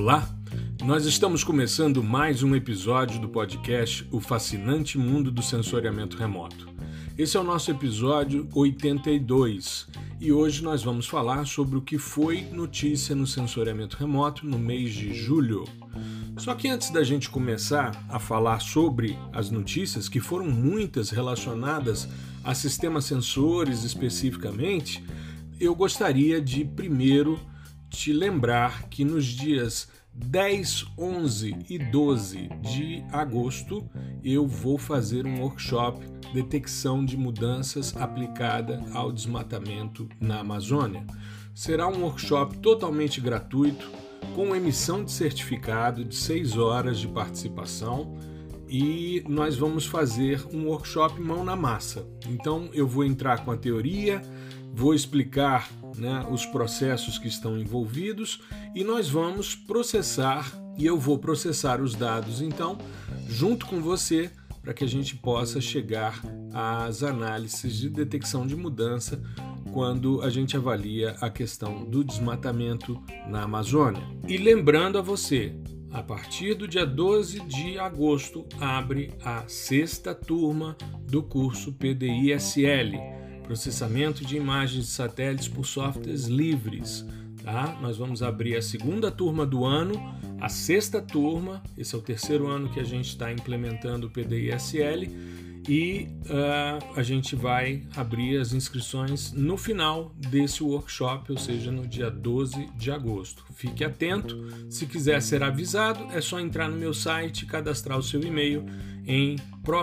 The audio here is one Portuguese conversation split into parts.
Olá, nós estamos começando mais um episódio do podcast O Fascinante Mundo do Sensoriamento Remoto. Esse é o nosso episódio 82 e hoje nós vamos falar sobre o que foi notícia no sensoriamento remoto no mês de julho. Só que antes da gente começar a falar sobre as notícias, que foram muitas relacionadas a sistemas sensores especificamente, eu gostaria de primeiro te lembrar que nos dias 10, 11 e 12 de agosto eu vou fazer um workshop Detecção de Mudanças aplicada ao desmatamento na Amazônia. Será um workshop totalmente gratuito, com emissão de certificado de 6 horas de participação, e nós vamos fazer um workshop mão na massa. Então eu vou entrar com a teoria, vou explicar os processos que estão envolvidos e nós vamos processar, e eu vou processar os dados então junto com você para que a gente possa chegar às análises de detecção de mudança quando a gente avalia a questão do desmatamento na Amazônia. E lembrando a você, a partir do dia 12 de agosto abre a 6ª turma do curso PDI-SL, Processamento de Imagens de Satélites por Softwares Livres. Tá? Nós vamos abrir a 2ª turma do ano, a 6ª turma, esse é o 3º ano que a gente está implementando o PDI-SL, e a gente vai abrir as inscrições no final desse workshop, ou seja, no dia 12 de agosto. Fique atento, se quiser ser avisado, é só entrar no meu site e cadastrar o seu e-mail em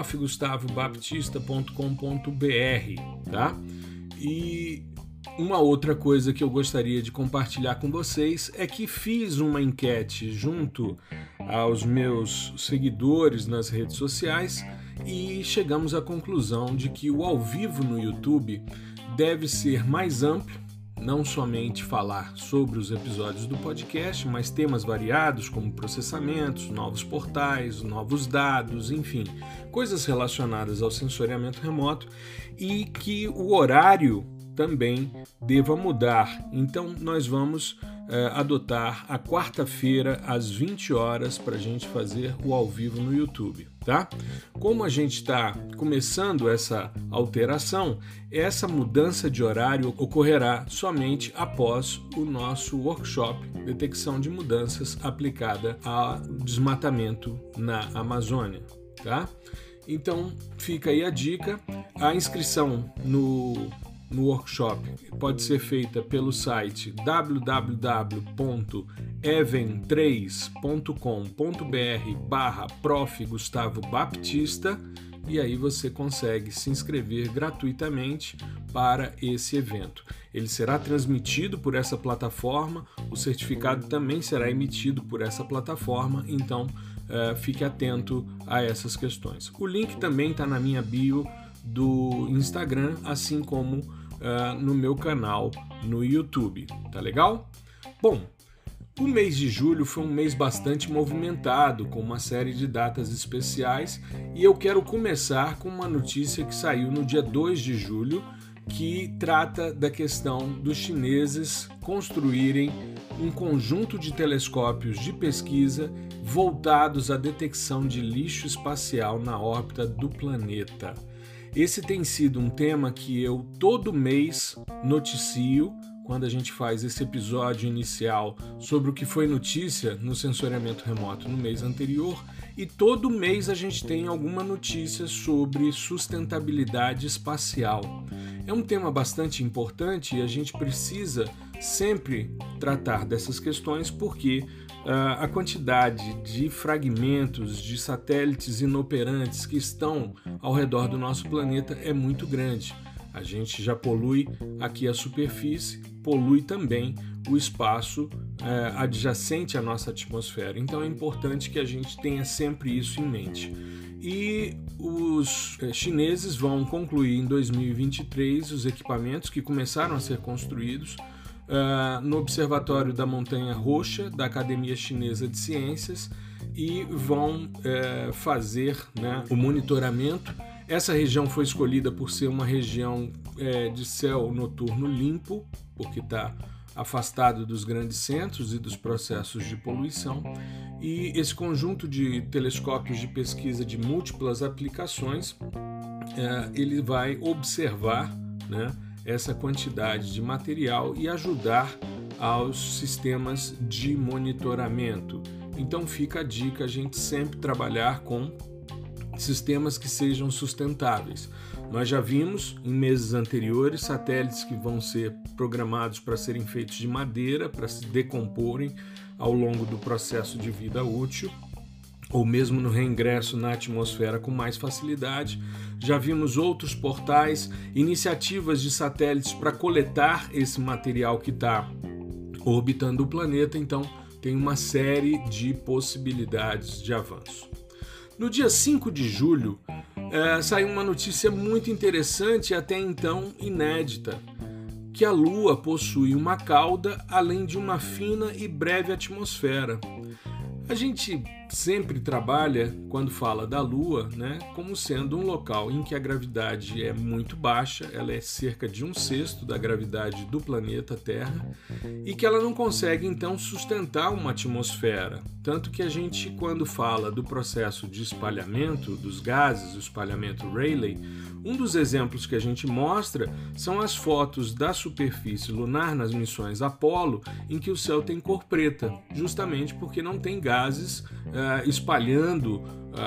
profgustavobaptista.com.br, tá? E uma outra coisa que eu gostaria de compartilhar com vocês é que fiz uma enquete junto aos meus seguidores nas redes sociais e chegamos à conclusão de que o ao vivo no YouTube deve ser mais amplo, não somente falar sobre os episódios do podcast, mas temas variados como processamentos, novos portais, novos dados, enfim, coisas relacionadas ao sensoriamento remoto, e que o horário também deva mudar. Então nós vamos adotar a quarta-feira às 20 horas para a gente fazer o ao vivo no YouTube, tá? Como a gente está começando essa alteração, essa mudança de horário ocorrerá somente após o nosso workshop Detecção de Mudanças aplicada ao desmatamento na Amazônia, tá? Então fica aí a dica. A inscrição no workshop pode ser feita pelo site www.even3.com.br/profgustavobaptista, e aí você consegue se inscrever gratuitamente para esse evento. Ele será transmitido por essa plataforma, o certificado também será emitido por essa plataforma, então fique atento a essas questões. O link também está na minha bio do Instagram, assim como no meu canal no YouTube, tá legal? Bom, o mês de julho foi um mês bastante movimentado, com uma série de datas especiais, e eu quero começar com uma notícia que saiu no dia 2 de julho, que trata da questão dos chineses construírem um conjunto de telescópios de pesquisa voltados à detecção de lixo espacial na órbita do planeta. Esse tem sido um tema que eu todo mês noticio quando a gente faz esse episódio inicial sobre o que foi notícia no sensoriamento remoto no mês anterior, e todo mês a gente tem alguma notícia sobre sustentabilidade espacial. É um tema bastante importante e a gente precisa sempre tratar dessas questões porque a quantidade de fragmentos de satélites inoperantes que estão ao redor do nosso planeta é muito grande. A gente já polui aqui a superfície, polui também o espaço adjacente à nossa atmosfera. Então é importante que a gente tenha sempre isso em mente. E os chineses vão concluir em 2023 os equipamentos que começaram a ser construídos no Observatório da Montanha Roxa da Academia Chinesa de Ciências, e vão fazer o monitoramento. Essa região foi escolhida por ser uma região de céu noturno limpo, porque está afastado dos grandes centros e dos processos de poluição, e esse conjunto de telescópios de pesquisa de múltiplas aplicações, ele vai observar, né, essa quantidade de material e ajudar aos sistemas de monitoramento. Então fica a dica, a gente sempre trabalhar com sistemas que sejam sustentáveis. Nós já vimos em meses anteriores satélites que vão ser programados para serem feitos de madeira, para se decomporem ao longo do processo de vida útil, ou mesmo no reingresso na atmosfera com mais facilidade. Já vimos outros portais, iniciativas de satélites para coletar esse material que está orbitando o planeta, então tem uma série de possibilidades de avanço. No dia 5 de julho, saiu uma notícia muito interessante e até então inédita, que a Lua possui uma cauda além de uma fina e breve atmosfera. A gente sempre trabalha, quando fala da Lua, né, como sendo um local em que a gravidade é muito baixa, ela é cerca de 1/6 da gravidade do planeta Terra, e que ela não consegue, então, sustentar uma atmosfera. Tanto que a gente, quando fala do processo de espalhamento dos gases, o espalhamento Rayleigh, um dos exemplos que a gente mostra são as fotos da superfície lunar nas missões Apollo, em que o céu tem cor preta, justamente porque não tem gases espalhando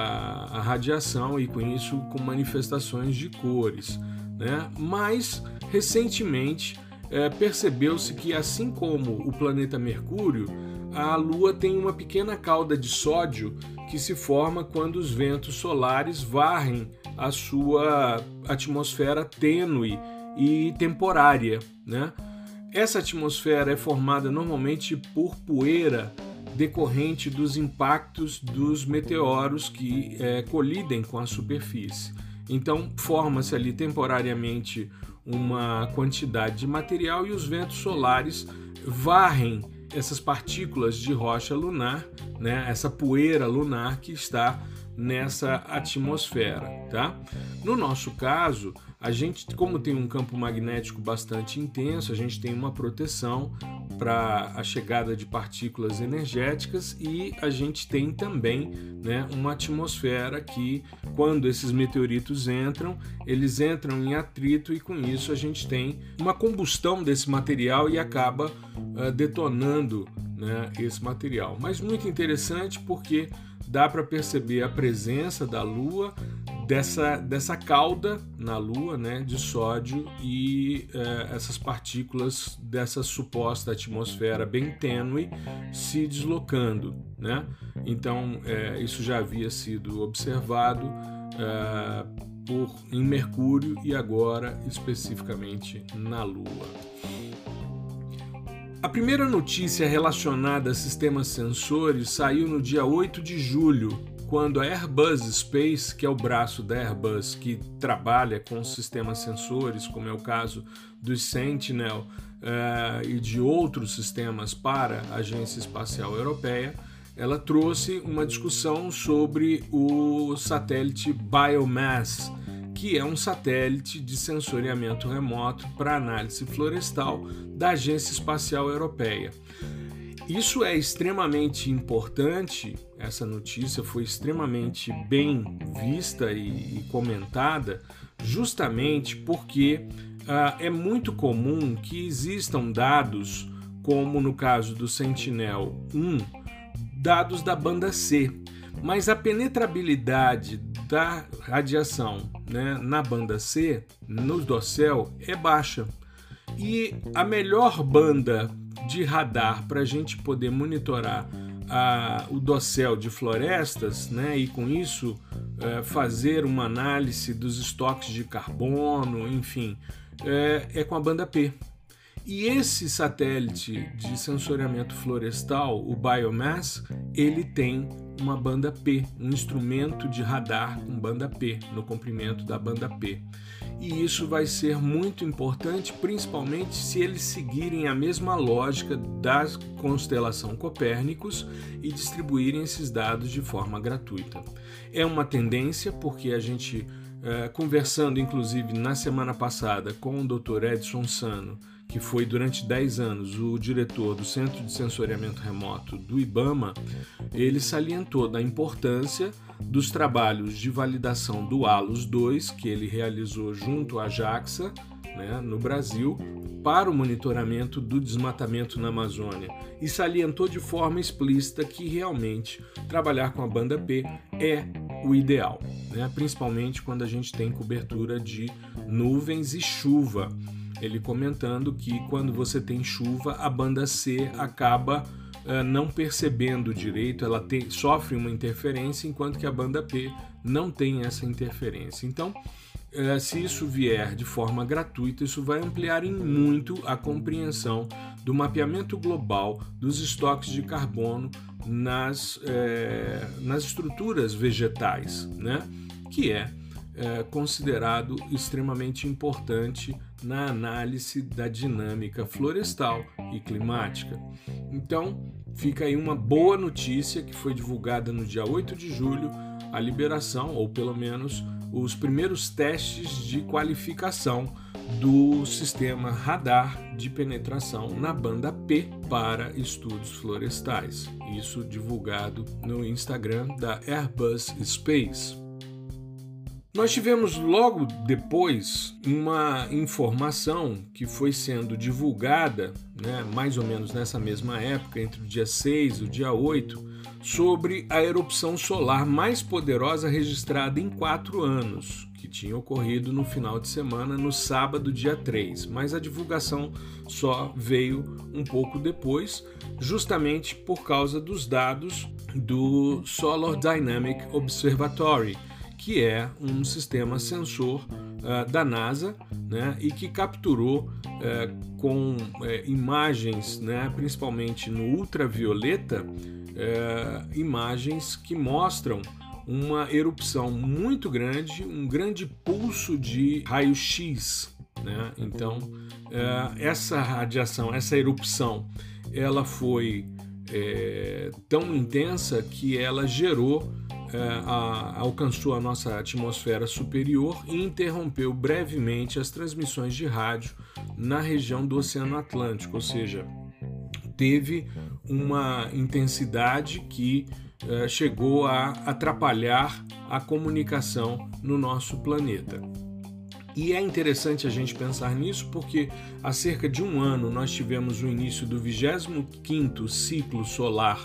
a radiação e com isso com manifestações de cores, né? Mas recentemente percebeu-se que, assim como o planeta Mercúrio, a Lua tem uma pequena cauda de sódio que se forma quando os ventos solares varrem a sua atmosfera tênue e temporária, né? Essa atmosfera é formada normalmente por poeira decorrente dos impactos dos meteoros que colidem com a superfície. Então, forma-se ali temporariamente uma quantidade de material e os ventos solares varrem essas partículas de rocha lunar, né, essa poeira lunar que está nessa atmosfera, tá? No nosso caso, a gente, como tem um campo magnético bastante intenso, a gente tem uma proteção para a chegada de partículas energéticas e a gente tem também, né, uma atmosfera que, quando esses meteoritos entram, eles entram em atrito e com isso a gente tem uma combustão desse material e acaba detonando, né, esse material. Mas muito interessante porque dá para perceber a presença da Lua, dessa cauda na Lua, né, de sódio e essas partículas dessa suposta atmosfera bem tênue se deslocando, né? Então, isso já havia sido observado em Mercúrio e agora especificamente na Lua. A primeira notícia relacionada a sistemas sensores saiu no dia 8 de julho, quando a Airbus Space, que é o braço da Airbus que trabalha com sistemas sensores, como é o caso do Sentinel e de outros sistemas para a Agência Espacial Europeia, ela trouxe uma discussão sobre o satélite Biomass, que é um satélite de sensoriamento remoto para análise florestal da Agência Espacial Europeia. Isso é extremamente importante, essa notícia foi extremamente bem vista e comentada, justamente porque é muito comum que existam dados, como no caso do Sentinel-1, dados da banda C, mas a penetrabilidade da radiação, né, na banda C, no dossel, é baixa. E a melhor banda de radar para a gente poder monitorar o dossel de florestas, né, e com isso fazer uma análise dos estoques de carbono, enfim, é com a banda P. E esse satélite de sensoriamento florestal, o Biomass, ele tem uma banda P, um instrumento de radar com banda P, no comprimento da banda P. E isso vai ser muito importante, principalmente se eles seguirem a mesma lógica da constelação Copérnicus e distribuírem esses dados de forma gratuita. É uma tendência porque a gente, conversando inclusive na semana passada com o Dr. Edson Sano, que foi durante 10 anos o diretor do Centro de Sensoriamento Remoto do IBAMA, ele salientou da importância dos trabalhos de validação do ALUS 2, que ele realizou junto à JAXA, no Brasil, para o monitoramento do desmatamento na Amazônia, e salientou de forma explícita que realmente trabalhar com a banda P é o ideal, principalmente quando a gente tem cobertura de nuvens e chuva. Ele comentando que quando você tem chuva, a banda C acaba não percebendo direito, ela sofre uma interferência, enquanto que a banda P não tem essa interferência. Então, se isso vier de forma gratuita, isso vai ampliar em muito a compreensão do mapeamento global dos estoques de carbono nas estruturas vegetais, que é considerado extremamente importante na análise da dinâmica florestal e climática. Então, fica aí uma boa notícia que foi divulgada no dia 8 de julho, a liberação, ou pelo menos os primeiros testes de qualificação do sistema radar de penetração na banda P para estudos florestais. Isso divulgado no Instagram da Airbus Space. Nós tivemos logo depois uma informação que foi sendo divulgada, mais ou menos nessa mesma época, entre o dia 6 e o dia 8, sobre a erupção solar mais poderosa registrada em 4 anos, que tinha ocorrido no final de semana, no sábado, dia 3. Mas a divulgação só veio um pouco depois, justamente por causa dos dados do Solar Dynamic Observatory, que é um sistema sensor da NASA, e que capturou com imagens, principalmente no ultravioleta, imagens que mostram uma erupção muito grande, um grande pulso de raio-x. Então, essa radiação, essa erupção, ela foi tão intensa que ela alcançou a nossa atmosfera superior e interrompeu brevemente as transmissões de rádio na região do Oceano Atlântico, ou seja, teve uma intensidade que chegou a atrapalhar a comunicação no nosso planeta. E é interessante a gente pensar nisso porque há cerca de um ano nós tivemos o início do 25º ciclo solar,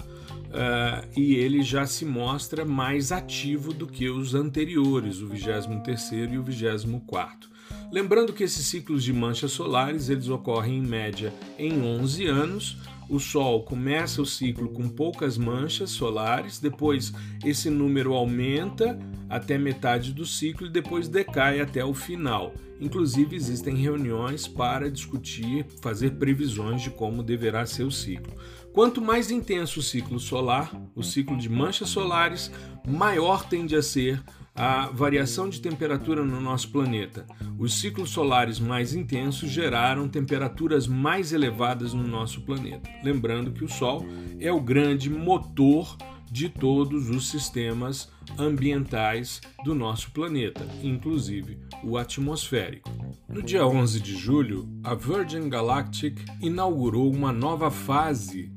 e ele já se mostra mais ativo do que os anteriores, o 23º e o 24º. Lembrando que esses ciclos de manchas solares eles ocorrem em média em 11 anos. O Sol começa o ciclo com poucas manchas solares, depois esse número aumenta até metade do ciclo e depois decai até o final. Inclusive existem reuniões para discutir, fazer previsões de como deverá ser o ciclo. Quanto mais intenso o ciclo solar, o ciclo de manchas solares, maior tende a ser a variação de temperatura no nosso planeta. Os ciclos solares mais intensos geraram temperaturas mais elevadas no nosso planeta. Lembrando que o Sol é o grande motor de todos os sistemas ambientais do nosso planeta, inclusive o atmosférico. No dia 11 de julho, a Virgin Galactic inaugurou uma nova fase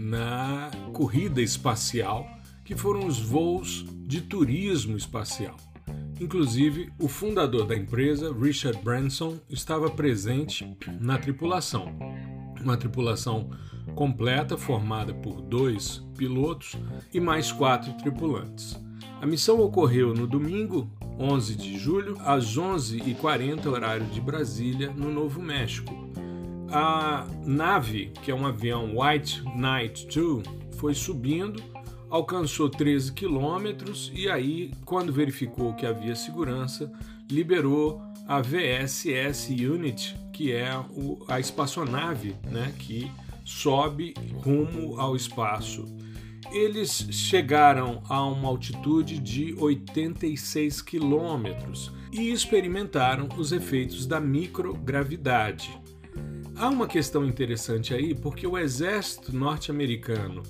na corrida espacial, que foram os voos de turismo espacial. Inclusive, o fundador da empresa, Richard Branson, estava presente na tripulação. Uma tripulação completa formada por 2 pilotos e mais 4 tripulantes. A missão ocorreu no domingo, 11 de julho, às 11h40, horário de Brasília, no Novo México. A nave, que é um avião White Knight II, foi subindo, alcançou 13 quilômetros e aí, quando verificou que havia segurança, liberou a VSS Unity, que é a espaçonave, que sobe rumo ao espaço. Eles chegaram a uma altitude de 86 quilômetros e experimentaram os efeitos da microgravidade. Há uma questão interessante aí, porque o exército norte-americano,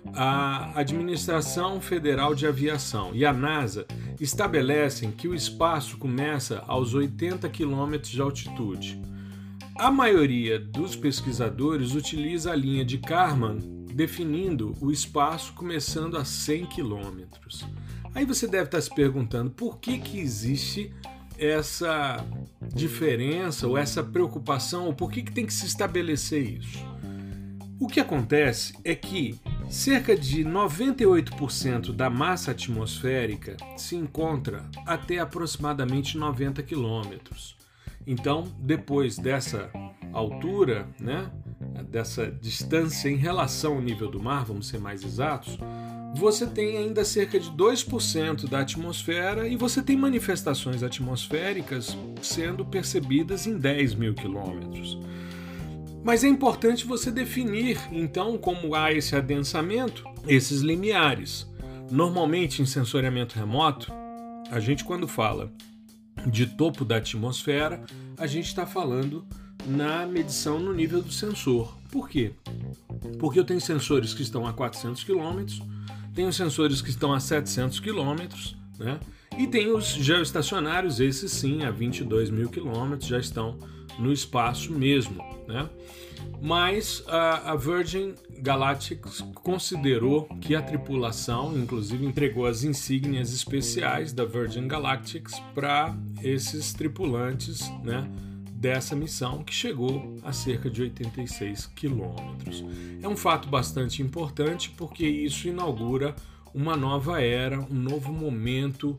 a Administração Federal de Aviação e a NASA estabelecem que o espaço começa aos 80 km de altitude. A maioria dos pesquisadores utiliza a linha de Kármán, definindo o espaço começando a 100 km. Aí você deve estar se perguntando por que existe essa diferença ou essa preocupação, ou por que tem que se estabelecer isso? O que acontece é que cerca de 98% da massa atmosférica se encontra até aproximadamente 90 km. Então, depois dessa altura, né, dessa distância em relação ao nível do mar, vamos ser mais exatos, você tem ainda cerca de 2% da atmosfera e você tem manifestações atmosféricas sendo percebidas em 10 mil quilômetros. Mas é importante você definir, então, como há esse adensamento, esses limiares. Normalmente, em sensoriamento remoto, a gente, quando fala de topo da atmosfera, a gente está falando na medição no nível do sensor. Por quê? Porque eu tenho sensores que estão a 400 km, tenho sensores que estão a 700 km, né? E tem os geoestacionários, esses sim, a 22 mil km, já estão no espaço mesmo, né? Mas a Virgin Galactic considerou que a tripulação, inclusive entregou as insígnias especiais da Virgin Galactic para esses tripulantes, né, dessa missão, que chegou a cerca de 86 quilômetros. É um fato bastante importante porque isso inaugura uma nova era, um novo momento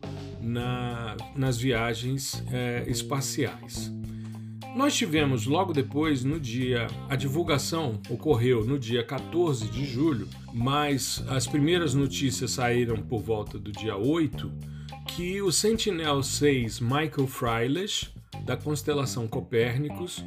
nas viagens espaciais. Nós tivemos logo depois, a divulgação ocorreu no dia 14 de julho, mas as primeiras notícias saíram por volta do dia 8, que o Sentinel-6 Michael Freilich, da constelação Copérnicos,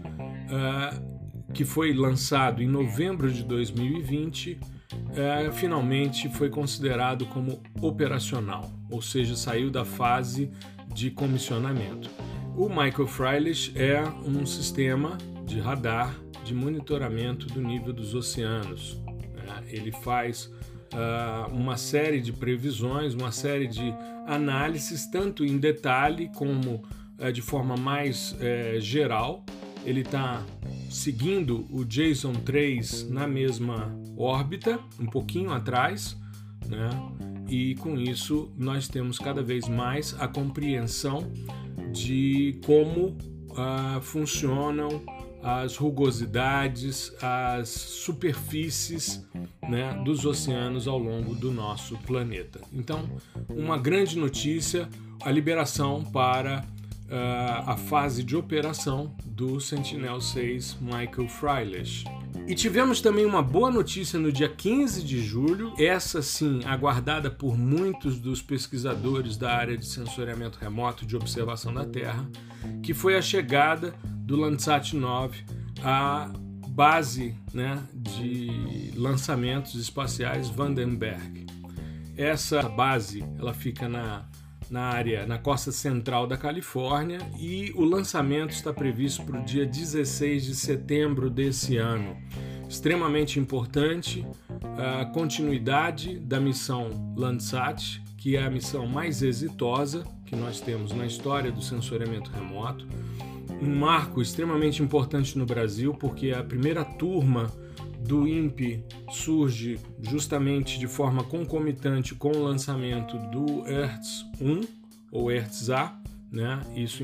que foi lançado em novembro de 2020, finalmente foi considerado como operacional, ou seja, saiu da fase de comissionamento. O Michael Freilich é um sistema de radar de monitoramento do nível dos oceanos. Ele faz uma série de previsões, uma série de análises, tanto em detalhe como de forma mais geral. Ele está seguindo o Jason 3 na mesma órbita, um pouquinho atrás, né? E com isso nós temos cada vez mais a compreensão de como funcionam as rugosidades, as superfícies, né, dos oceanos ao longo do nosso planeta. Então, uma grande notícia, a liberação para a fase de operação do Sentinel-6 Michael Freilich. E tivemos também uma boa notícia no dia 15 de julho, essa sim aguardada por muitos dos pesquisadores da área de sensoriamento remoto de observação da Terra, que foi a chegada do Landsat 9 à base, né, de lançamentos espaciais Vandenberg. Essa base ela fica na costa central da Califórnia, e o lançamento está previsto para o dia 16 de setembro desse ano. Extremamente importante a continuidade da missão Landsat, que é a missão mais exitosa que nós temos na história do sensoriamento remoto. Um marco extremamente importante no Brasil, porque a primeira turma do INPE surge justamente de forma concomitante com o lançamento do Hertz-1 ou Hertz-A, né? Isso em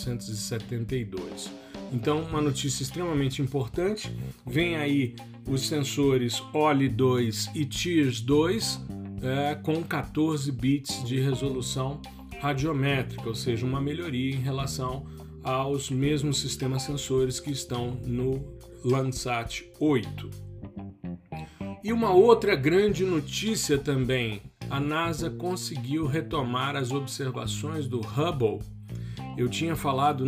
1972. Então, uma notícia extremamente importante. Vem aí os sensores OLE-2 e TIRS-2 com 14 bits de resolução radiométrica, ou seja, uma melhoria em relação aos mesmos sistemas sensores que estão no Landsat 8. E uma outra grande notícia também, a NASA conseguiu retomar as observações do Hubble. Eu tinha falado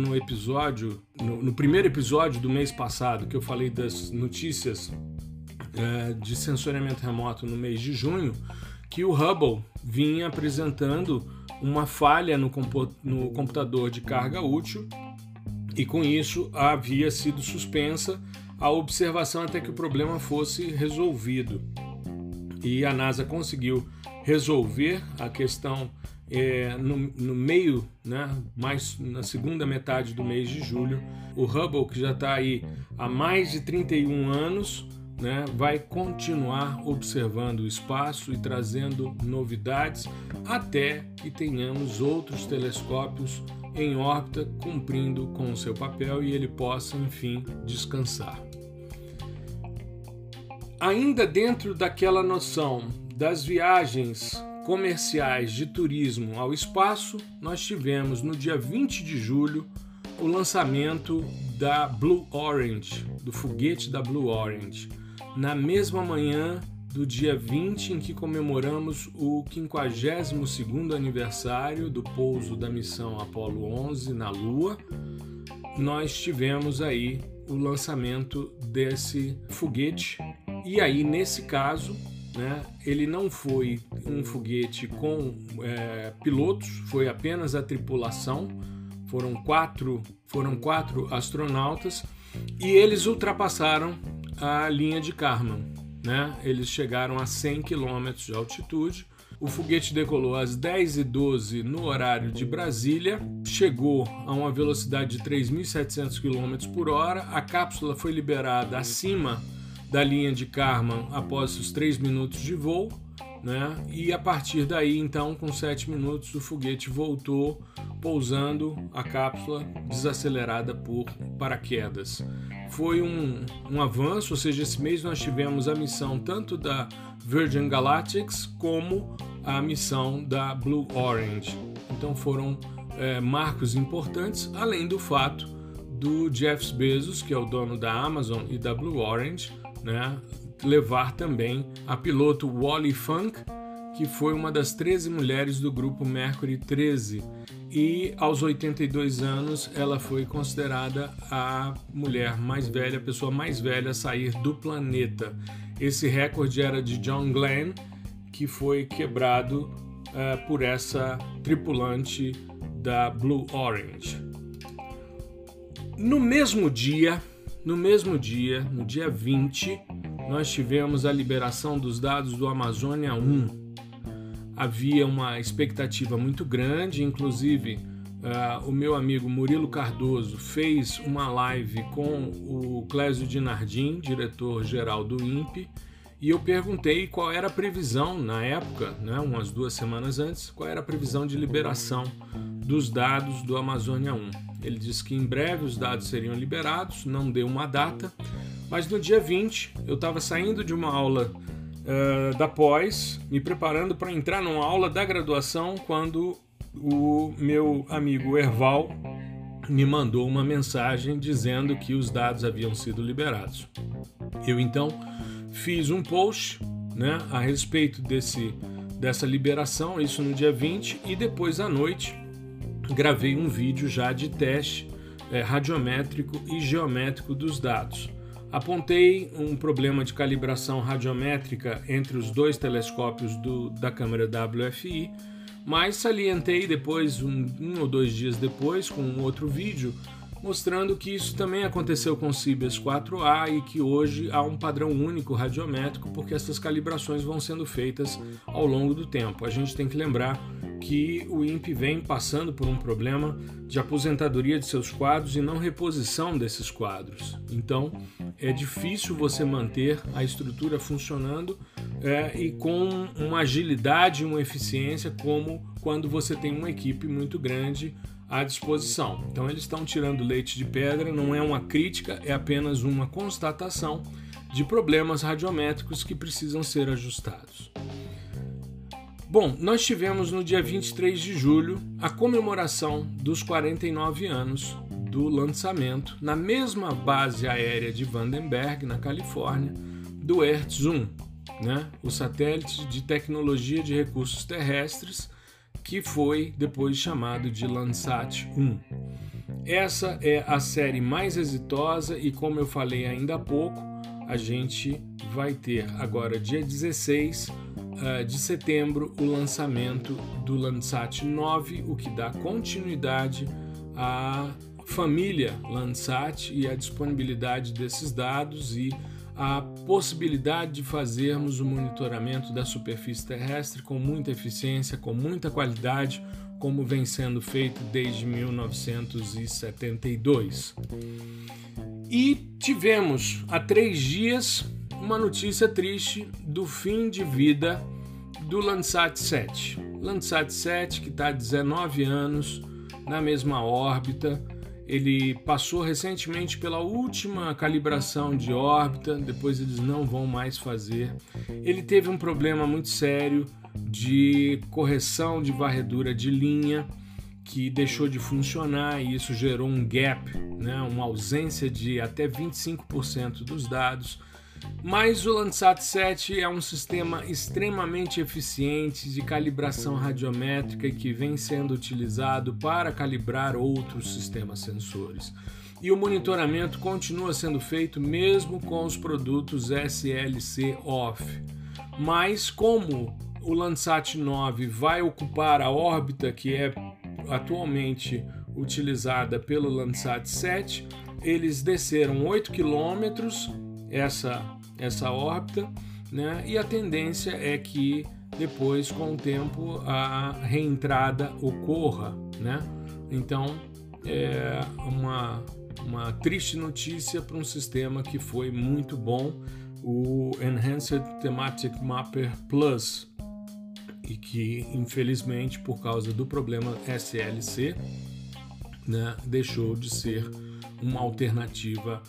no primeiro episódio do mês passado, que eu falei das notícias de sensoriamento remoto no mês de junho, que o Hubble vinha apresentando uma falha no computador de carga útil, e com isso havia sido suspensa a observação até que o problema fosse resolvido. E a NASA conseguiu resolver a questão no meio, né, mais na segunda metade do mês de julho, o Hubble, que já está aí há mais de 31 anos, né, vai continuar observando o espaço e trazendo novidades até que tenhamos outros telescópios em órbita cumprindo com o seu papel e ele possa, enfim, descansar. Ainda dentro daquela noção das viagens comerciais de turismo ao espaço, nós tivemos no dia 20 de julho o lançamento da Blue Origin, do foguete da Blue Origin, na mesma manhã do dia 20 em que comemoramos o 52º aniversário do pouso da missão Apollo 11 na Lua. Nós tivemos aí o lançamento desse foguete e aí nesse caso, né, ele não foi um foguete com pilotos, foi apenas a tripulação, foram quatro astronautas e eles ultrapassaram a linha de Kármán, né? Eles chegaram a 100 km de altitude. O foguete decolou às 10h12 no horário de Brasília, chegou a uma velocidade de 3.700 km por hora. A cápsula foi liberada acima da linha de Kármán após os 3 minutos de voo, né? E a partir daí, então, com 7 minutos, o foguete voltou pousando a cápsula desacelerada por paraquedas. Foi um avanço, ou seja, esse mês nós tivemos a missão tanto da Virgin Galactic como a missão da Blue Origin. Então foram marcos importantes, além do fato do Jeff Bezos, que é o dono da Amazon e da Blue Origin, né, levar também a piloto Wally Funk, que foi uma das 13 mulheres do grupo Mercury 13, e aos 82 anos ela foi considerada a mulher mais velha, a pessoa mais velha a sair do planeta. Esse recorde era de John Glenn, que foi quebrado por essa tripulante da Blue Origin. No mesmo dia, no dia 20, nós tivemos a liberação dos dados do Amazônia 1. Havia uma expectativa muito grande, inclusive o meu amigo Murilo Cardoso fez uma live com o Clésio Dinardim, diretor-geral do INPE, e eu perguntei qual era a previsão na época, né, umas 2 semanas antes, qual era a previsão de liberação dos dados do Amazônia 1. Ele disse que em breve os dados seriam liberados, não deu uma data, mas no dia 20 eu estava saindo de uma aula da pós, me preparando para entrar numa aula da graduação, quando o meu amigo Erval me mandou uma mensagem dizendo que os dados haviam sido liberados. Eu então fiz um post, né, a respeito dessa liberação, isso no dia 20, e depois à noite gravei um vídeo já de teste radiométrico e geométrico dos dados. Apontei um problema de calibração radiométrica entre os 2 telescópios da câmera WFI, mas salientei depois, um ou 2 dias depois, com um outro vídeo, mostrando que isso também aconteceu com o Cibers 4A e que hoje há um padrão único radiométrico, porque essas calibrações vão sendo feitas ao longo do tempo. A gente tem que lembrar que o INPE vem passando por um problema de aposentadoria de seus quadros e não reposição desses quadros. Então, é difícil você manter a estrutura funcionando e com uma agilidade e uma eficiência como quando você tem uma equipe muito grande à disposição. Então eles estão tirando leite de pedra, não é uma crítica, é apenas uma constatação de problemas radiométricos que precisam ser ajustados. Bom, nós tivemos no dia 23 de julho a comemoração dos 49 anos do lançamento, na mesma base aérea de Vandenberg, na Califórnia, do Hertz-1, né? O satélite de tecnologia de recursos terrestres, que foi depois chamado de Landsat 1. Essa é a série mais exitosa e, como eu falei ainda há pouco, a gente vai ter agora, dia 16 de setembro, o lançamento do Landsat 9, o que dá continuidade à família Landsat e a disponibilidade desses dados e a possibilidade de fazermos o monitoramento da superfície terrestre com muita eficiência, com muita qualidade, como vem sendo feito desde 1972. E tivemos há 3 dias uma notícia triste do fim de vida do Landsat 7. Landsat 7, que está há 19 anos na mesma órbita. Ele passou recentemente pela última calibração de órbita, depois eles não vão mais fazer. Ele teve um problema muito sério de correção de varredura de linha, que deixou de funcionar, e isso gerou um gap, né, uma ausência de até 25% dos dados. Mas o Landsat 7 é um sistema extremamente eficiente de calibração radiométrica e que vem sendo utilizado para calibrar outros sistemas sensores. E o monitoramento continua sendo feito mesmo com os produtos SLC off. Mas como o Landsat 9 vai ocupar a órbita que é atualmente utilizada pelo Landsat 7, eles desceram 8 quilômetros essa órbita, né? E a tendência é que depois, com o tempo, a reentrada ocorra, né? Então, é uma triste notícia para um sistema que foi muito bom, o Enhanced Thematic Mapper Plus, e que, infelizmente, por causa do problema SLC, né, deixou de ser uma alternativa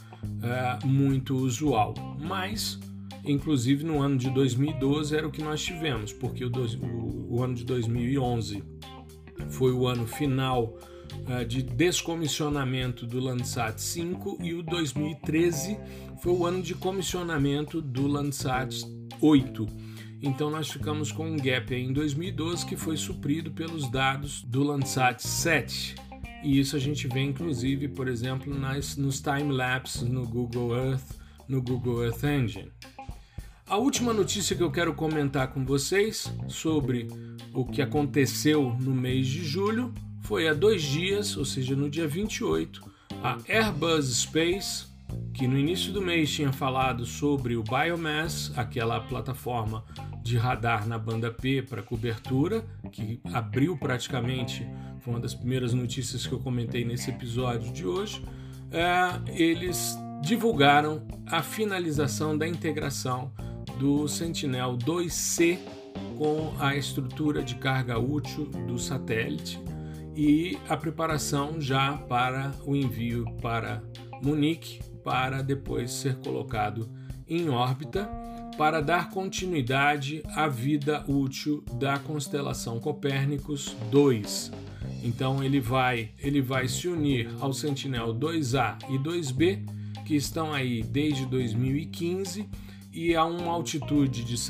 muito usual. Mas, inclusive, no ano de 2012 era o que nós tivemos, porque o ano de 2011 foi o ano final de descomissionamento do Landsat 5 e o 2013 foi o ano de comissionamento do Landsat 8. Então nós ficamos com um gap aí em 2012 que foi suprido pelos dados do Landsat 7. E isso a gente vê inclusive, por exemplo, nos time-lapses no Google Earth Engine. A última notícia que eu quero comentar com vocês sobre o que aconteceu no mês de julho foi há 2 dias, ou seja, no dia 28, a Airbus Space, que no início do mês tinha falado sobre o Biomass, aquela plataforma de radar na banda P para cobertura, que abriu praticamente, foi uma das primeiras notícias que eu comentei nesse episódio de hoje. Eles divulgaram a finalização da integração do Sentinel-2C com a estrutura de carga útil do satélite e a preparação já para o envio para Munique, para depois ser colocado em órbita para dar continuidade à vida útil da constelação Copérnicus 2. Então ele vai se unir ao Sentinel-2A e 2B, que estão aí desde 2015, e a uma altitude de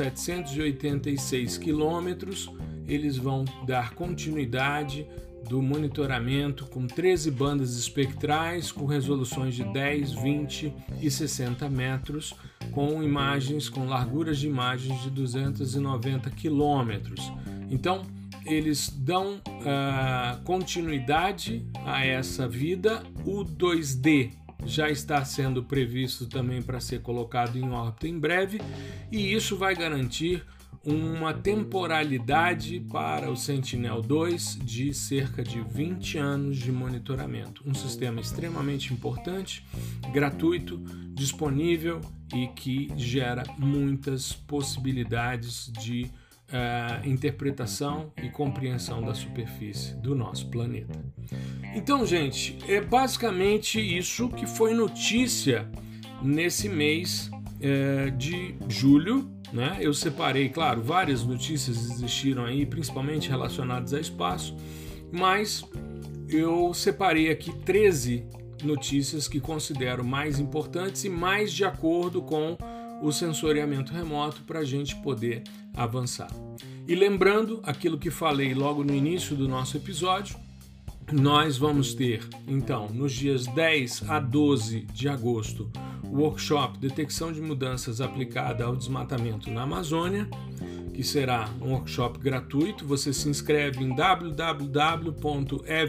786 quilômetros, eles vão dar continuidade do monitoramento com 13 bandas espectrais com resoluções de 10, 20 e 60 metros, com imagens, com larguras de imagens de 290 quilômetros. Então, eles dão continuidade a essa vida. O 2D já está sendo previsto também para ser colocado em órbita em breve, e isso vai garantir uma temporalidade para o Sentinel-2 de cerca de 20 anos de monitoramento. Um sistema extremamente importante, gratuito, disponível e que gera muitas possibilidades de interpretação e compreensão da superfície do nosso planeta. Então, gente, é basicamente isso que foi notícia nesse mês de julho, né? Eu separei, claro, várias notícias existiram aí, principalmente relacionadas a espaço, mas eu separei aqui 13 notícias que considero mais importantes e mais de acordo com o sensoriamento remoto para a gente poder avançar. E lembrando aquilo que falei logo no início do nosso episódio, nós vamos ter, então, nos dias 10 a 12 de agosto, o workshop Detecção de Mudanças aplicada ao Desmatamento na Amazônia, que será um workshop gratuito. Você se inscreve em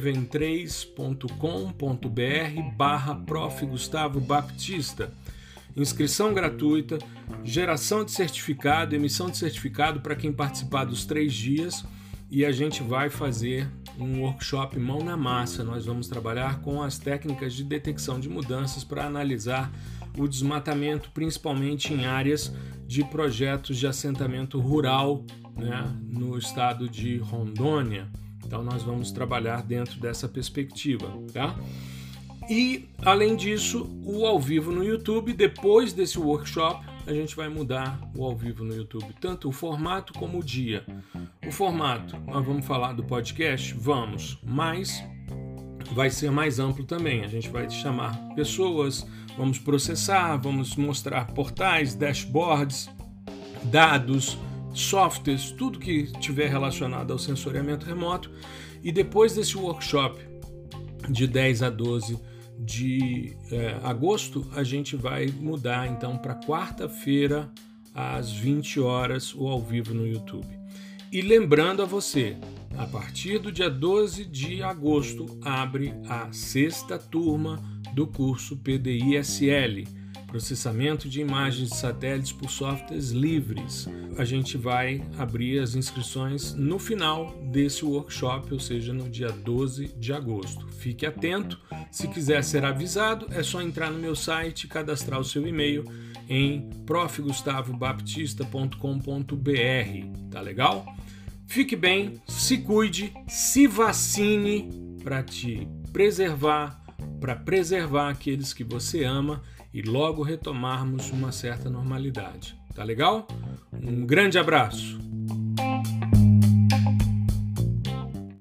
www.even3.com.br/Prof. Gustavo Baptista. inscrição gratuita, geração de certificado, emissão de certificado para quem participar dos 3 dias, e a gente vai fazer um workshop mão na massa. Nós vamos trabalhar com as técnicas de detecção de mudanças para analisar o desmatamento, principalmente em áreas de projetos de assentamento rural, né, no estado de Rondônia. Então nós vamos trabalhar dentro dessa perspectiva, tá? E, além disso, o ao vivo no YouTube. Depois desse workshop, a gente vai mudar o ao vivo no YouTube, tanto o formato como o dia. O formato, nós vamos falar do podcast? Vamos, mas vai ser mais amplo também. A gente vai chamar pessoas, vamos processar, vamos mostrar portais, dashboards, dados, softwares, tudo que tiver relacionado ao sensoriamento remoto. E depois desse workshop, de 10 a 12 de agosto, a gente vai mudar então para quarta-feira às 20 horas o ao vivo no YouTube. E lembrando a você, a partir do dia 12 de agosto abre a 6ª turma do curso PDI-SL, processamento de imagens de satélites por softwares livres. A gente vai abrir as inscrições no final desse workshop, ou seja, no dia 12 de agosto. Fique atento, se quiser ser avisado, é só entrar no meu site e cadastrar o seu e-mail em profgustavobaptista.com.br, tá legal? Fique bem, se cuide, se vacine para te preservar, para preservar aqueles que você ama e logo retomarmos uma certa normalidade. Tá legal? Um grande abraço!